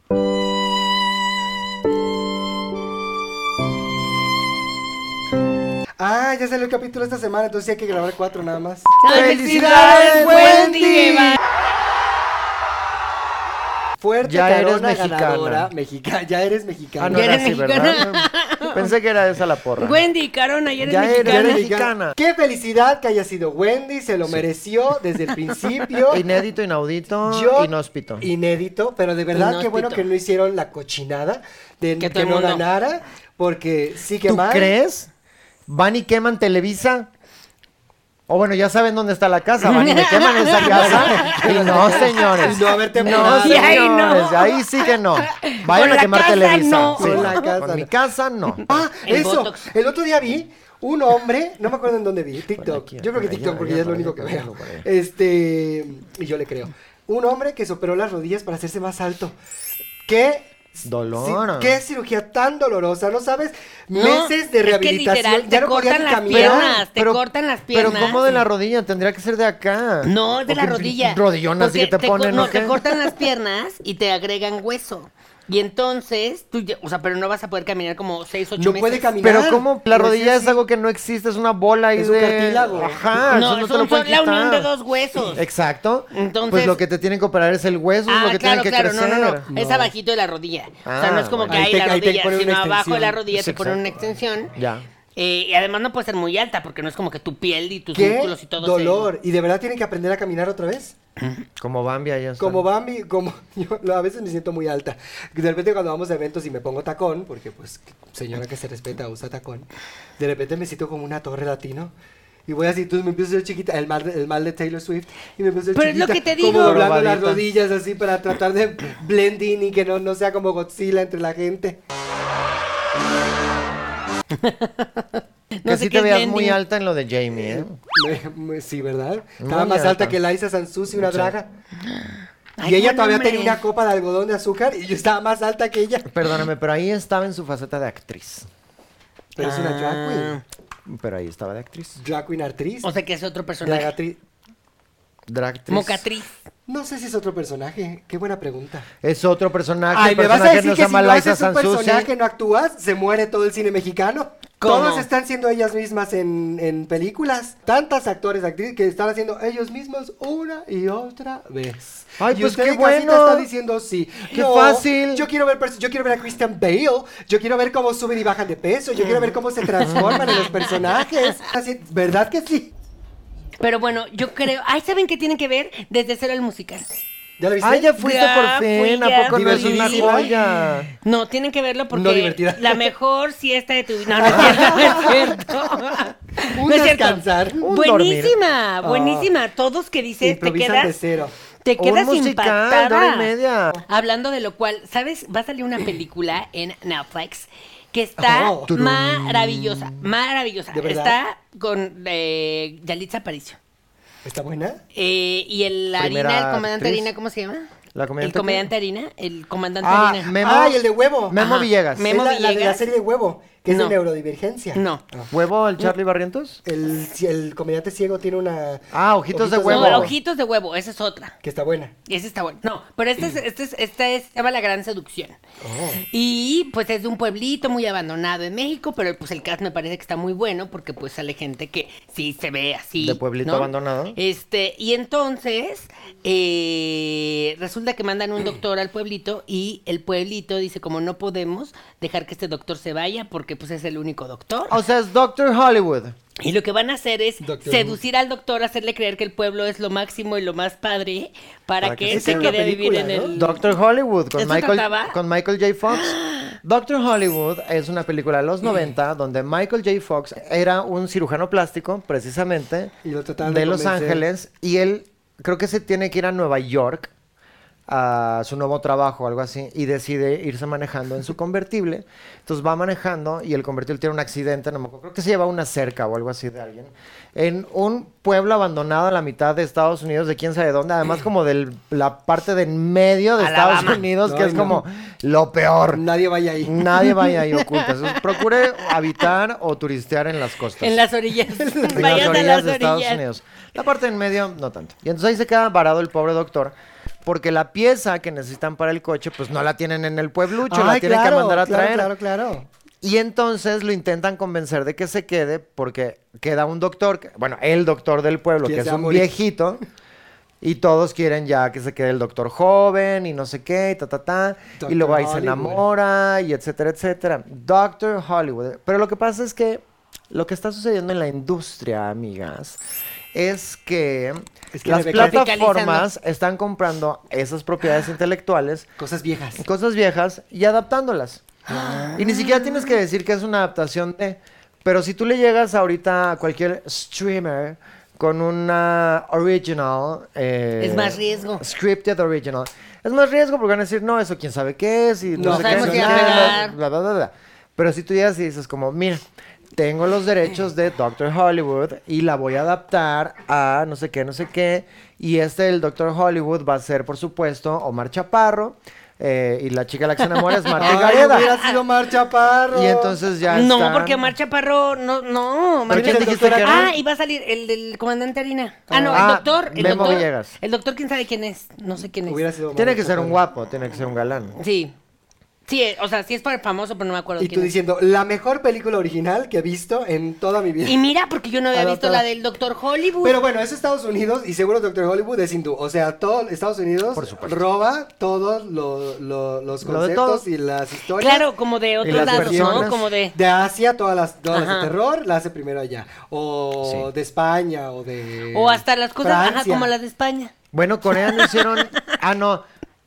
Ah, ya salió el capítulo esta semana, entonces sí hay que grabar cuatro nada más. ¡Ay, ¡Felicidades, Wendy! Wendy! Fuerte Ya eres carona mexicana. ganadora, mexica, ya eres mexicana. Ah, no Ya era eres así, mexicana. ¿verdad? Pensé que era esa la porra. Wendy, Carona, ya eres Ya eres mexicana. mexicana. Qué felicidad que haya sido Wendy, se lo mereció desde el principio. Inédito, inaudito, Yo- inhóspito. Inédito, pero de verdad qué Inhóspito. bueno que no hicieron la cochinada de Que que, todo el no mundo- ganara, porque sí que ¿Tú mal. crees? ¿Van y queman Televisa? O bueno, ya saben dónde está la casa, van y me queman esa casa. Y no, señores. Y no haberte No, pegado. Y ahí no. señores, ahí sí que no. Vayan Con a la quemar casa Televisa. no. Sí, Con la casa con mi no. casa no. Ah, El eso. Botox. El otro día vi un hombre, no me acuerdo en dónde vi, TikTok. aquí, Yo creo que por allá, TikTok porque allá, ya es lo por único allá, que por allá, veo. por allá. Este, y yo le creo. Un hombre que se operó las rodillas para hacerse más alto. ¿Qué? Dolor. ci- ¿Qué cirugía tan dolorosa? ¿No sabes? No, Meses de es que rehabilitación. literal, ya te no podía cortan ni las caminar. piernas. Te cortan las piernas. Pero ¿cómo de la rodilla? Tendría que ser de acá. No, es de ¿O la qué rodilla. rodillona así Porque que te co- ponen, No, o qué? te cortan las piernas y te agregan hueso. Y entonces, tú, ya- o sea, pero no vas a poder caminar como seis, ocho No meses. puede caminar. Pero ¿cómo? La No es rodilla es así. algo que no existe, es una bola ahí Es un de... cartílago. Ajá, No, eso no es te lo un- pueden son la unión quitar. de dos huesos. Exacto. Entonces- Pues lo que te tienen que operar es el hueso, es Ah, lo que claro, tiene que claro, crecer. no, no, no, es No. abajito de la rodilla. o sea, Ah, no es como bueno. que Ahí ahí te- la ahí te rodilla, ponen sino una abajo de la extensión. rodilla Sí, te ponen una exacto. extensión. Ya. Eh, y además no puede ser muy alta porque no es como que tu piel y tus ¿Qué músculos y todo se- dolor? ¿Y de verdad tienen que aprender a caminar otra vez? Como Bambi allá está. Como Bambi, como yo a veces me siento muy alta. De repente cuando vamos a eventos y me pongo tacón, porque pues señora que se respeta usa tacón, de repente me siento como una torre latino. Y voy así, entonces me empiezo a ser chiquita, el mal, el mal de Taylor Swift, y me empiezo a ser Pero es lo chiquita, que te digo. como doblando las Probadita. rodillas así para tratar de blend in y que no, no sea como Godzilla entre la gente. No que sé sí qué te es veas blending. muy alta en lo de Jamie, ¿eh? Me- me- sí, ¿verdad? Muy Estaba más alta alta. que Liza Sansusi, una draga. Ay, Y ella buen todavía hombre. tenía una copa de algodón de azúcar y yo estaba más alta que ella. Perdóname, pero ahí estaba en su faceta de actriz. Pero es una drag Ah. queen. Pero ahí estaba de actriz. Drag queen actriz. O sea que es otro drag personaje. actriz. Drag actriz. Mocatriz. No sé si es otro personaje. Qué buena pregunta. Es otro personaje. Ay, el me vas a personaje decir no que se si llama no Liza haces un Sansusi. personaje, no actúas, se muere todo el cine mexicano. ¿Cómo? Todos están siendo ellas mismas en, en películas. Tantas actores, actrices que están haciendo ellos mismos una y otra vez. Ay, y pues usted qué en casita bueno. está diciendo sí. Qué No, fácil. Yo quiero ver pers- yo quiero ver a Christian Bale. Yo quiero ver cómo suben y bajan de peso. Yo quiero ver cómo se transforman en los personajes. Así, ¿verdad que sí? Pero bueno, yo creo. Ay, ¿saben qué tienen que ver? Desde cero el musical. ¿Ya lo viste? Ay, ya fuiste Ya por fui, fin. ya. ¿A poco no es una Divertidísima. joya? No, tienen que verlo porque No divertida. la mejor siesta de tu vida. No, no es cierto, no es cierto. Un No es cierto. descansar. Un Buenísima, buenísima. Todos que dices, te Improvisan quedas, de cero. te quedas Un musical de hora y impactada. media. Hablando de lo cual, ¿sabes? Va a salir una película en Netflix que está Oh. maravillosa, maravillosa. ¿De verdad? Está con eh, Yalitza Aparicio. ¿Está buena? Eh, y el Primera Harina, el comandante actriz. Harina, ¿cómo se llama? ¿La El comediante comediante Harina, el comandante Ah, Harina. Memo. Ay, el de huevo. Memo Ajá. Villegas. Memo es la, la de la Villegas. serie de huevo, que es No. de neurodivergencia. No. Ah. ¿Huevo el Charlie Barrientos? El, si el comediante ciego tiene una... Ah, Ojitos de No, Huevo. Ojitos de Huevo, esa es otra. Que está buena. Esa está buena. No, pero esta es, esta es, esta es, se llama La Gran Seducción. Oh. Y pues es de un pueblito muy abandonado en México, pero pues el cast me parece que está muy bueno porque pues sale gente que sí se ve así. ¿De pueblito ¿no? abandonado? Este, y entonces eh, resulta que mandan un doctor al pueblito y el pueblito dice como no podemos dejar que este doctor se vaya porque pues es el único doctor. O sea, es Doctor Hollywood. Y lo que van a hacer es Doctor. seducir al doctor, hacerle creer que el pueblo es lo máximo y lo más padre para, Para que, que él se se quede. quede a vivir Una en película, el... Doctor Hollywood con ¿Eso Michael, trataba? con Michael J. Fox. Doctor Hollywood es una película de los noventa donde Michael J. Fox era un cirujano plástico, precisamente, Y lo trataban de de Los convencer. Ángeles, y él creo que se tiene que ir a Nueva York a su nuevo trabajo o algo así, y decide irse manejando en su convertible. Entonces va manejando y el convertible tiene un accidente, no me acuerdo, creo que se lleva una cerca o algo así de alguien, en un pueblo abandonado a la mitad de Estados Unidos, de quién sabe dónde, además como de la parte de en medio de Alabama. Estados Unidos, que Ay, es no. como lo peor. Nadie vaya ahí. Nadie vaya ahí ocultas. Entonces, procure habitar o turistear en las costas. En las orillas. En las Vayan a orillas las de Estados orillas. Unidos. La parte en medio, no tanto. Y entonces ahí se queda varado el pobre doctor, porque la pieza que necesitan para el coche, pues no la tienen en el pueblucho, la Ay, tienen claro, que mandar a claro, traer. Claro, claro. Y entonces lo intentan convencer de que se quede, porque queda un doctor, que- bueno, el doctor del pueblo, ¿Quién que se es va a un morir? viejito, y todos quieren ya que se quede el doctor joven, y no sé qué, y ta, ta, ta, Doctor y luego ahí se Hollywood. enamora, y etcétera, etcétera. Doctor Hollywood. Pero lo que pasa es que lo que está sucediendo en la industria, amigas, es que, Es que las Rebeca- plataformas están comprando esas propiedades intelectuales, Cosas viejas. cosas viejas, y adaptándolas. Y ni siquiera tienes que decir que es una adaptación de... Pero si tú le llegas ahorita a cualquier streamer con una original... eh, Es más riesgo. Scripted original. Es más riesgo porque van a decir, no, eso quién sabe qué es y no, No sé sabemos qué. si no va a sé qué, pegar. bla, bla, bla, bla. Pero si tú llegas y dices como, mira, tengo los derechos de Doctor Hollywood y la voy a adaptar a no sé qué, no sé qué. Y este, el Doctor Hollywood, va a ser, por supuesto, Omar Chaparro. eh, y la chica a la que se enamora es Marta Ay, Gareda. hubiera sido Mar Chaparro. Y entonces ya No, están- porque Omar Chaparro, no, no. Omar ¿Pero quién Chaparro- dijiste que era? Ah, y va a salir el del comandante Harina. Ah, no, Ah, el doctor. El Memo doctor, Villegas. El doctor, quién sabe quién es. No sé quién es. Hubiera sido Mar Tiene que ser un Chaparro. guapo, tiene que ser un galán. Sí. Sí, eh, o sea, sí es para famoso, pero no me acuerdo Y quién tú es. diciendo, la mejor película original que he visto en toda mi vida. Y mira, porque yo no había visto Adaptada. la del doctor Hollywood. Pero bueno, es Estados Unidos y seguro Doctor Hollywood es hindú. O sea, todo Estados Unidos Por supuesto. roba todos lo- lo- los Lo de conceptos todo. y las historias. Claro, como de otros las lados, ¿no? versiones. Como de... De Asia, todas las, todas las Ajá. de terror, la hace primero allá. O Sí. de España, o de. O hasta las cosas, ajá, Francia. como las de España. Bueno, Corea no hicieron... Ah, no.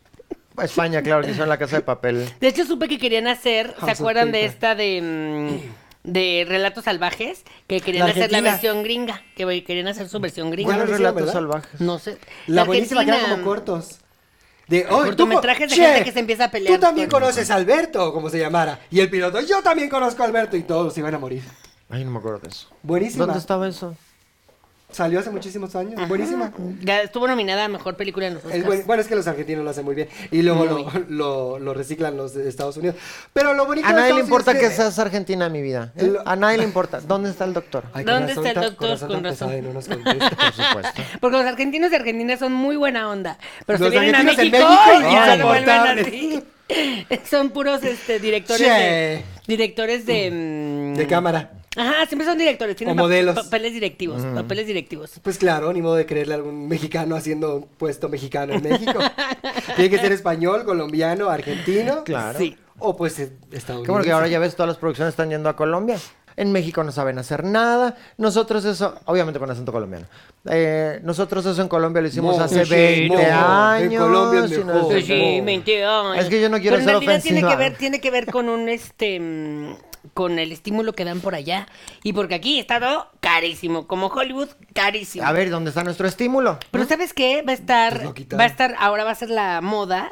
España, claro, que hicieron La Casa de Papel. De hecho, supe que querían hacer, ¿se House of acuerdan de Paper. esta de... mm, de Relatos Salvajes? Que querían La hacer la Argentina. versión gringa. Que querían hacer su versión gringa. Bueno, ¿Cuáles lo hicieron, relatos ¿verdad? salvajes? No sé. La buenísima que eran Argentina- como cortos. De, oh, Cortometrajes de che, gente que se empieza a pelear Tú también con- conoces a Alberto, como se llamara. Y el piloto, yo también conozco a Alberto. Y todos se iban a morir. Ay, no me acuerdo de eso. Buenísima. ¿Dónde estaba eso? Salió hace muchísimos años. Ajá. Buenísima. Ya estuvo nominada a Mejor Película en los Es Oscars. buen- bueno, es que los argentinos lo hacen muy bien. Y luego lo, Muy. lo, lo reciclan los de Estados Unidos. Pero lo bonito A de nadie le Estados importa Unidos que es seas argentina, mi vida. ¿eh? Lo- A nadie le importa. ¿Dónde está el doctor? Ay, ¿Dónde con está el razón tan- doctor? con razón Con tan razón. pesada y no nos contesta. Por supuesto. Porque los argentinos y argentinas son muy buena onda. Pero Los se vienen a argentinos México, en México, y ay, se vuelven insoportables. así. Son puros este, directores Che. de... Directores de... mm, De cámara. Ajá, siempre son directores. Tienen O pa- modelos. papeles directivos. Papeles directivos. Pues claro, ni modo de creerle a algún mexicano haciendo un puesto mexicano en México. Tiene que ser español, colombiano, argentino. Claro. Sí. O pues eh, estadounidense. Qué bueno que ahora ya ves, todas las producciones están yendo a Colombia. En México no saben hacer nada. Nosotros eso, obviamente con acento colombiano. Eh, nosotros eso en Colombia lo hicimos Mo, hace sí, veinte mo, en años. Colombia es y no mejor. sé Pues sí, qué. veinte años. Es que yo no quiero Pero ser en realidad tiene ofensiva. que ver, tiene que ver con un este mm, con el estímulo que dan por allá. Y porque aquí está todo carísimo. Como Hollywood, carísimo. A ver, ¿dónde está nuestro estímulo? Pero ¿sabes qué? Va a estar, Pues lo quitaron. va a estar, ahora va a ser la moda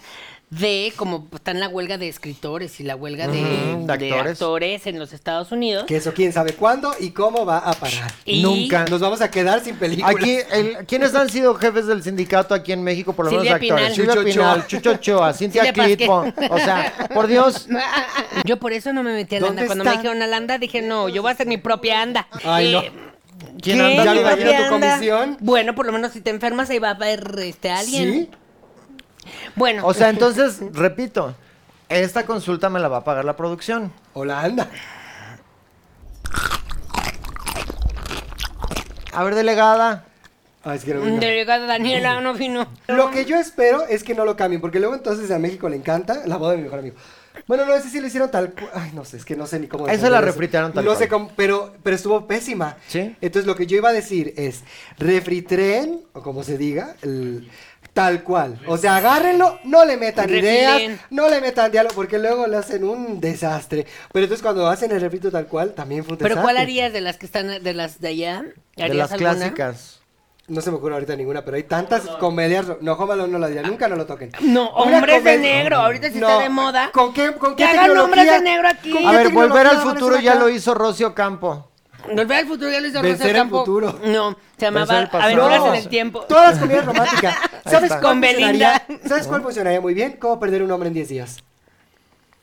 de como está en la huelga de escritores y la huelga de, Ujú, de de actores. actores en los Estados Unidos. Que eso quién sabe cuándo y cómo va a parar. Y Nunca. Nos vamos a quedar sin películas. Aquí, el- ¿quiénes han sido jefes del sindicato aquí en México, por lo menos Silvia actores? Pinal. Silvia Chucho Pinal, Ochoa. Chucho Ochoa, Cintia Silvia Pasquel. Clitpo. O sea, por Dios. Yo por eso no me metí a la ¿Dónde anda. Cuando me está? dijeron a la anda, dije, no, yo voy a hacer mi propia anda. Ay, Eh, ¿Quién ¿qué? anda? Ya ¿Mi me imagino propia tu anda? comisión. Bueno, por lo menos si te enfermas ahí va a haber este, alguien. ¿Sí? Bueno, O sea, entonces, repito, esta consulta me la va a pagar la producción. Holanda. A ver, delegada. Ay, es que no vino. delegada Daniela no vino. Lo que yo espero es que no lo cambien, porque luego entonces a México le encanta la boda de mi mejor amigo. Bueno, no, ese sí lo hicieron tal cual. Ay, no sé, es que no sé ni cómo. Esa defender la eso. refritearon tal No cual. sé cómo, pero, pero estuvo pésima. ¿Sí? Entonces lo que yo iba a decir es, refritren, o como se diga, el, tal cual. O sea, agárrenlo, no le metan Refilen. ideas, no le metan diálogo, porque luego le hacen un desastre. Pero entonces cuando hacen el refrito tal cual, también fue un desastre. Pero ¿cuál harías de las que están, de las de allá? De ¿Harías las alguna? clásicas. No se me ocurre ahorita ninguna, pero hay tantas comedias. No, Home Alone no la diría, nunca no lo toquen. No, Una hombres de comedia- negro, ahorita sí No, está de moda. ¿Con qué, con qué Que hagan tecnología? hombres de negro aquí. ¿Con A qué ver, Volver tecnología al van a futuro hacer ya acá? lo hizo Rocío Campo. Volver al futuro ya lo hizo Vencer Rosa el Campo. futuro. No, se llamaba Vencer el pasado. Aventuras No, en el tiempo. Todas las comedias románticas. ¿Sabes está. cuál Con funcionaría? Belinda. ¿Sabes cuál funcionaría muy bien? ¿Cómo perder un hombre en diez días?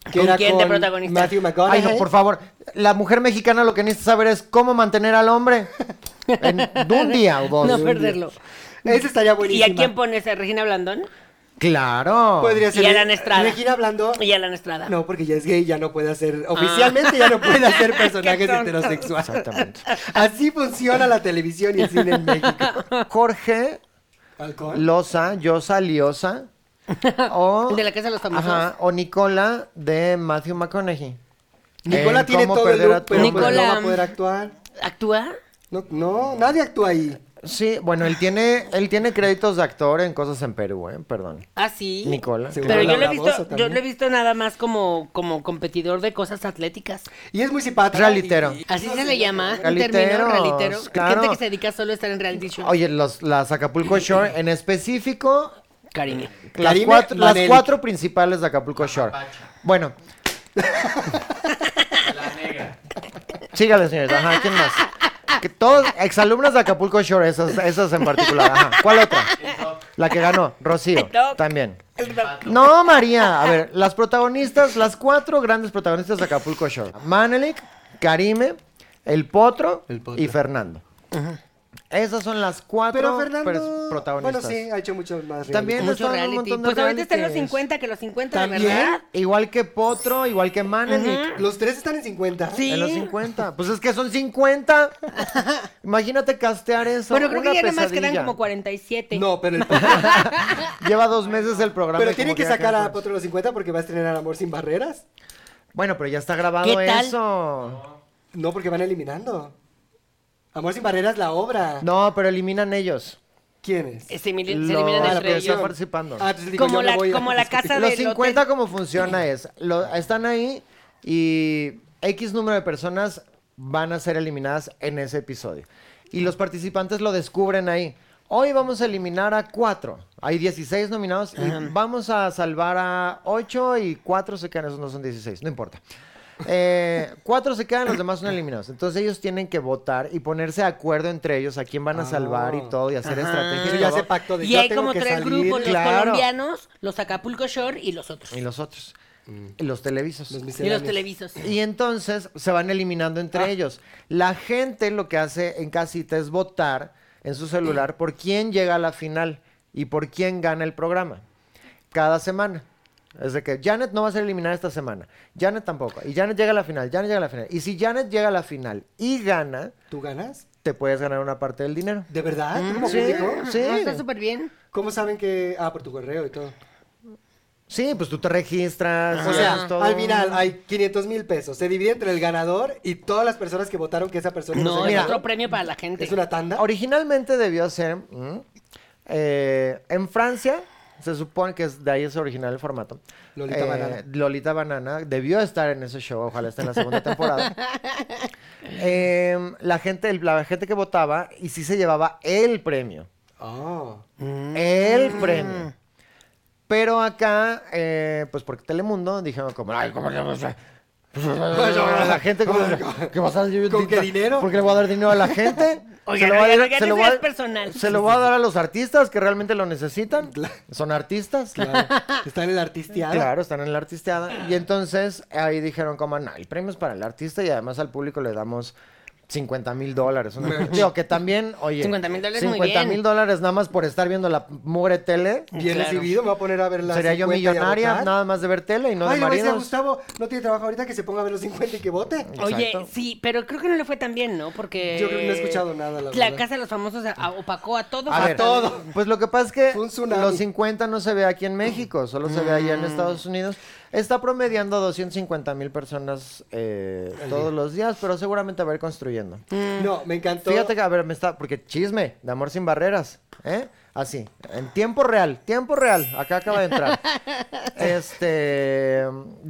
Que ¿Con era quién de con protagonista? Matthew Ay, McConaughey. no, por favor. La mujer mexicana lo que necesita saber es cómo mantener al hombre en un día o dos. No perderlo. Ese estaría ¿Y buenísimo. a quién pones? ¿A Regina Blandón? Claro. Podría ser Y Alan Estrada. Regina Blandón. Y Alan Estrada. No, porque ya es gay, ya no puede hacer, oficialmente ya no puede hacer personajes Qué tontos. heterosexuales. Exactamente. Así funciona la televisión y el cine en México. Jorge ¿Halcón? Loza, Yosa Liosa. O, El de la Casa de los Famosos. Ajá, o Nicola de Matthew McConaughey. Nicola En tiene Cómo todo el perder a look, tu pero hombre. pues no va Nicola. a poder actuar. ¿Actúa? No, no, nadie actúa ahí. Sí, bueno, él tiene, él tiene créditos de actor en cosas en Perú, ¿eh? Perdón. Ah, sí. Nicola. Seguro. Pero yo Laura lo he visto, Bozzo yo también. lo he visto nada más como, como competidor de cosas atléticas. Y es muy simpático. Realitero. Y- y- Así no se sé, le llama, un término Realiteros, realitero. claro. Gente que se dedica solo a estar en reality show. Oye, los, las Acapulco Shore, en específico, Cariño. las Karime cuatro, las Vanelik. cuatro principales de Acapulco Shore. Bueno. Sígale, señorita. Ajá, ¿quién más? Que todos, exalumnos de Acapulco Shore, esas, esas en particular. Ajá. ¿Cuál otra? La que ganó, Rocío. El Doc. También. No, María. A ver, las protagonistas, las cuatro grandes protagonistas de Acapulco Shore. Manelik, Karime, El Potro, El Potro. y Fernando. Esas son las cuatro Pero Fernando, pers- protagonistas. bueno, sí, ha hecho mucho más reality. También Mucho están un reality. montón de Pues ahorita están los realities. cincuenta, que los cincuenta de ¿También? verdad. Igual que Potro, igual que Manelik. Los tres están en cincuenta. Sí. En los cincuenta. Pues es que son cincuenta. Imagínate castear eso. Bueno, creo que una ya nada más pesadilla. quedan como cuarenta y siete. No, pero el Lleva dos meses el programa. Pero y tienen como que sacar ya a quedan- Potro de los cincuenta porque va a estrenar Amor sin barreras. Bueno, pero ya está grabado ¿Qué tal? eso. No, porque van eliminando. Amor sin barreras, la obra. No, pero eliminan ellos. ¿Quiénes? Se, elimina- se Los eliminan que entre están ellos. participando. Ah, entonces digo, Como yo me la, voy a- como la casa Los del cincuenta, hotel. ¿cómo funciona? Es, lo- están ahí y X número de personas van a ser eliminadas en ese episodio. Y los participantes lo descubren ahí. Hoy vamos a eliminar a cuatro. Hay dieciséis nominados y vamos a salvar a ocho y cuatro se quedan. Esos no son dieciséis, no importa. Eh, cuatro se quedan, los demás son eliminados. Entonces ellos tienen que votar y ponerse de acuerdo entre ellos a quién van a salvar y todo y hacer Ajá. estrategias. Eso y ya todo. se pacto de Y yo hay tengo como que tres salir. grupos, los claro. colombianos, los Acapulco Shore y los otros. Y los otros. Y los televisos. Los Y los misceláneos. televisos. Y entonces se van eliminando entre Ah. ellos. La gente lo que hace en casita es votar en su celular por quién llega a la final y por quién gana el programa. Cada semana. Es de que Janet no va a ser eliminada esta semana. Janet tampoco. Y Janet llega a la final. Janet llega a la final. Y si Janet llega a la final y gana, ¿Tú ganas? te puedes ganar una parte del dinero. ¿De verdad? ¿Tú como sí. público? Sí. No, está súper bien. ¿Cómo saben que...? Ah, por tu correo y todo. Sí, pues tú te registras. O y sea, haces todo. al final hay quinientos mil pesos. Se divide entre el ganador y todas las personas que votaron que esa persona No, se es mira, otro premio para la gente. ¿Es una tanda? Originalmente debió ser ¿m? eh, en Francia, se supone que es, de ahí es original el formato. Lolita Eh, Banana. Lolita Banana debió estar en ese show, ojalá esté en la segunda temporada. Eh, la gente, el- la gente que votaba y sí se llevaba el premio, Oh. el premio. Pero acá, eh, pues porque Telemundo dijeron como, ay, ¿cómo le vamos a...? La gente como, ¿qué vas a dar? ¿Con qué dinero? ¿Por qué le voy a dar dinero a la gente? Oigan, Se lo voy a oigan, dar- oigan, se lo eso voy a- ya es personal. Se lo voy a dar a los artistas que realmente lo necesitan. Son artistas. Claro. Está en el artisteado. Claro, están en la artisteada. Y entonces ahí dijeron como, no, el premio es para el artista y además al público le damos cincuenta mil dólares. Una- Digo, que también, oye. cincuenta mil dólares muy cincuenta bien. mil dólares nada más por estar viendo la mugre tele. Bien Claro. recibido, me voy a poner a ver la Sería yo cincuenta y a millonaria votar. nada más de ver tele y no Ay, de le voy a decir a marinos. Gustavo, no tiene trabajo ahorita, que se ponga a ver los cincuenta y que vote. Oye, Exacto. sí, pero creo que no le fue tan bien, ¿no? Porque... Yo creo que no he escuchado nada, la La verdad. Casa de los Famosos a- a- opacó a todos. A hasta- ver, todo. pues lo que pasa es que Fue un tsunami. los cincuenta no se ve aquí en México, solo se ve allá en Estados Unidos. Está promediando doscientas cincuenta mil personas eh, todos los días, pero seguramente va a ir construyendo. No, me encantó. Fíjate que, a ver, me está, porque chisme, de Amor Sin Barreras, ¿eh? Así, en tiempo real, tiempo real, acá acaba de entrar. Este,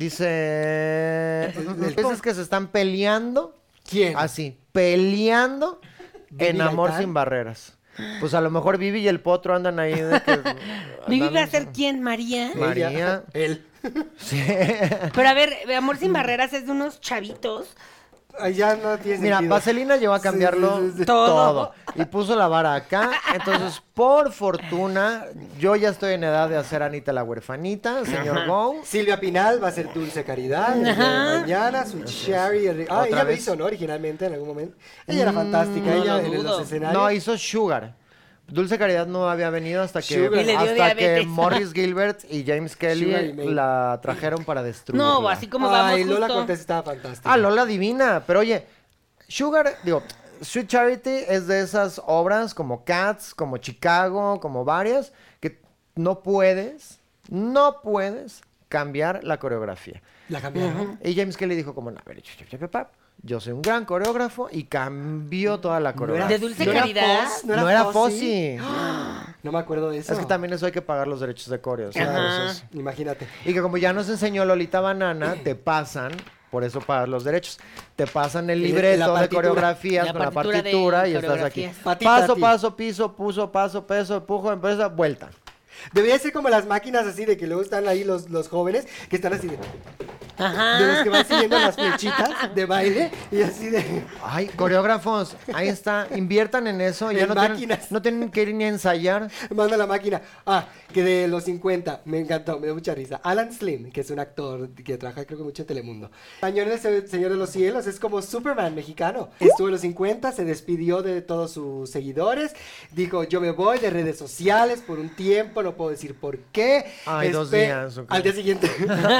dice, veces que se están peleando, ¿Quién? así, peleando ¿Vivi en Amor Gaitán? Sin Barreras. Pues a lo mejor Vivi y el Potro andan ahí de que... ¿Vivi va a andan- ser quién, María? Ella. María. Él. Sí. Pero a ver, Amor Sin Barreras es de unos chavitos Ay, ya no tiene Mira, sentido. Vaselina llegó a Sí, cambiarlo sí, sí, sí. Todo. y puso la vara acá. Entonces, por fortuna, yo ya estoy en edad de hacer Anita la huerfanita, señor Go. Silvia Pinal va a ser Dulce Caridad el día de Ajá. mañana, Sweet Cherry. el- Ah, ¿Otra ella lo vez? hizo, ¿no? Originalmente, en algún momento. Ella era Mm, fantástica, no ella lo en dudo. los escenarios. No, hizo Sugar. Dulce Caridad no había venido hasta que, Sugar. Y le dio hasta que diabetes. Morris Gilbert y James Sugar y Kelly May. la trajeron para destruirla. No, así como vamos Ay, Lola justo. Cortés estaba fantástica. Ah, Lola Divina. Pero oye, Sugar, digo, Sweet Charity es de esas obras como Cats, como Chicago, como varias, que no puedes, no puedes cambiar la coreografía. La cambiaron. Y James Kelly dijo como, no, a ver, ch- ch- ch- pap, yo soy un gran coreógrafo y cambió toda la No era- coreografía. ¿De Dulce no era Caridad? Foz, No, no era era Fossi. No me acuerdo de eso. Es que también eso hay que pagar los derechos de coreo. ¿sabes? Ajá. Entonces, Imagínate. y que como ya nos enseñó Lolita Banana, te pasan, por eso pagas los derechos, te pasan el La libreto de partitura. coreografías La con la partitura de partitura y estás aquí. coreografías. Patita, Paso, ti. paso, piso, puso, paso, peso, empujo, empresa, vuelta. Debería ser como las máquinas así de que luego están ahí los, los jóvenes que están así de, de los Ajá. que van siguiendo las flechitas de baile y así de. Ay, coreógrafos, ahí está, inviertan en eso, ya En no tienen, máquinas. no tienen que ir ni a ensayar. Manda la máquina. Ah, que de los cincuenta, me encantó, me dio mucha risa. Alan Slim, que es un actor que trabaja creo que mucho en Telemundo. Señor de, Señor de los Cielos, es como Superman mexicano. Estuvo en los cincuenta, se despidió de todos sus seguidores. Dijo, yo me voy de redes sociales por un tiempo, no puedo decir por qué. Ay, dos Espe- días, ok. Al día siguiente.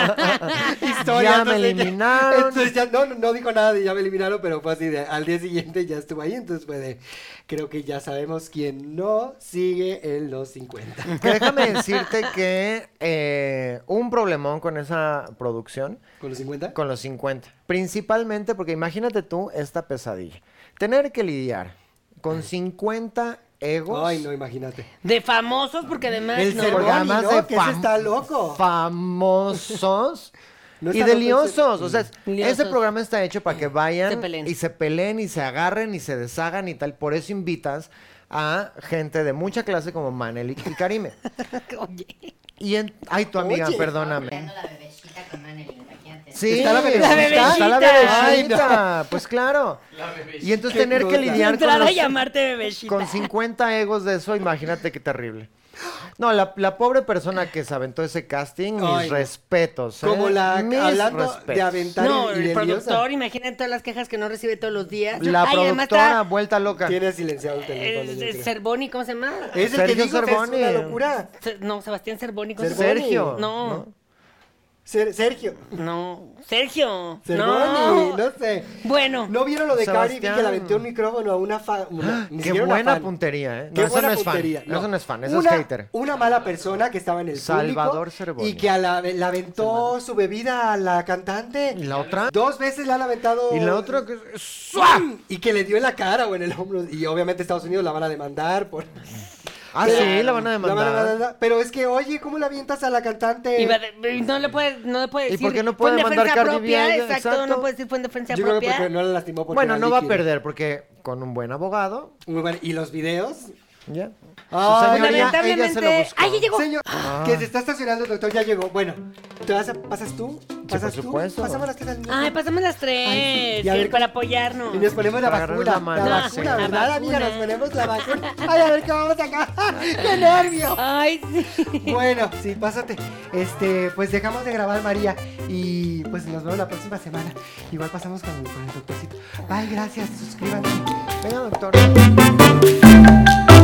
Historia, Ya no me sé qué. eliminaron. Entonces ya, no, no, no dijo nada de ya me eliminaron, pero fue así de, al día siguiente ya estuvo ahí. Entonces fue de, creo que ya sabemos quién no sigue en los cincuenta. Que déjame decirte que eh, un problemón con esa producción, ¿Con los cincuenta? con los cincuenta. Principalmente porque imagínate tú esta pesadilla. Tener que lidiar con cincuenta egos. Ay, no, imagínate. De famosos, porque además. El no. Cervoni, Porque además ¿no? de Que ese fam- está loco. famosos No y está de loco el liosos. Cer- O sea, es- Liosos. ese programa está hecho para que vayan Se peleen. y se peleen y se agarren y se deshagan y tal. Por eso invitas a gente de mucha clase como Manel y y Karime. Oye. Y en... Ay, tu amiga, Oye. perdóname. Creando la bebecita con Manel, imagínate. Sí, ¿Está la bebecita? está la bebecita. bebecita. Pues claro. Y entonces Qué tener que cosa. lidiar con, Entrar a los- llamarte bebecita. con cincuenta egos de eso, imagínate qué terrible. No, la, la pobre persona que se aventó ese casting, mis Ay, no. respetos. ¿eh? Como la, Mis hablando respetos. de aventar No, y el de productor, liosa. imagínate todas las quejas que no recibe todos los días. La Ay, además productora, está, vuelta loca. Tiene silenciado el teléfono. eh, yo eh, creo. Cervoni, ¿cómo se llama? Es el Sergio que dijo que es Cervoni. una locura. Se- No, Sebastián Cervoni. ¿cómo se llama? Cervoni. Sergio. No, Ser- Sergio. no, Sergio. Cervoni, No. no sé. Bueno, ¿No vieron lo de Cardi B Sebastián. que le aventó un micrófono a una fan? Una, ni Qué siquiera una buena fan. puntería, ¿eh? Qué No, eso buena no es fan. puntería. Eso no es fan, eso una, es hater. Una mala persona que estaba en el Salvador público Cervoni. y que a la, le aventó su bebida a la cantante. ¿Y la otra? Dos veces le han aventado. Y la otra que... ¡Suam! Y que le dio en la cara o en el hombro. Y obviamente Estados Unidos la van a demandar por. Ah, Pero- sí, la van a La van a demandar. demandar. Pero es que, oye, ¿cómo le avientas a la cantante? iba de- no le puede, no le puede ¿Y decir. por qué no fue en puede mandar defensa Cardi B propia, a ella? exacto, Exacto. no puede decir fue en defensa Yo creo que propia. porque no la lastimó porque Bueno, era no va a líquido. perder porque con un buen abogado, Muy bueno. ¿Y los videos? ya. Ah, Su señoría, lamentablemente- ella se lo buscó. ¡Ay, ya llegó! Señor, Ah. que se está estacionando el doctor, ya llegó. Bueno, ¿te vas a, ¿pasas tú? ¿Pasas por tú? supuesto. Pasamos las tres al mismo Ay, tiempo. pasamos las tres. Ay, sí. Y a sí, ver- para apoyarnos. Y nos ponemos la Para agarrar vacuna. la mano, La sí. vacuna, La ¿verdad, amiga? vacuna. Nos ponemos la vacuna. Ay, a ver qué vamos acá. ¡Qué nervio! Ay, sí. Bueno, sí, pásate. Este, pues dejamos de grabar, María. Y pues nos vemos la próxima semana. Igual pasamos con, con el doctorcito. Bye, gracias. Suscríbanse. Venga, doctor.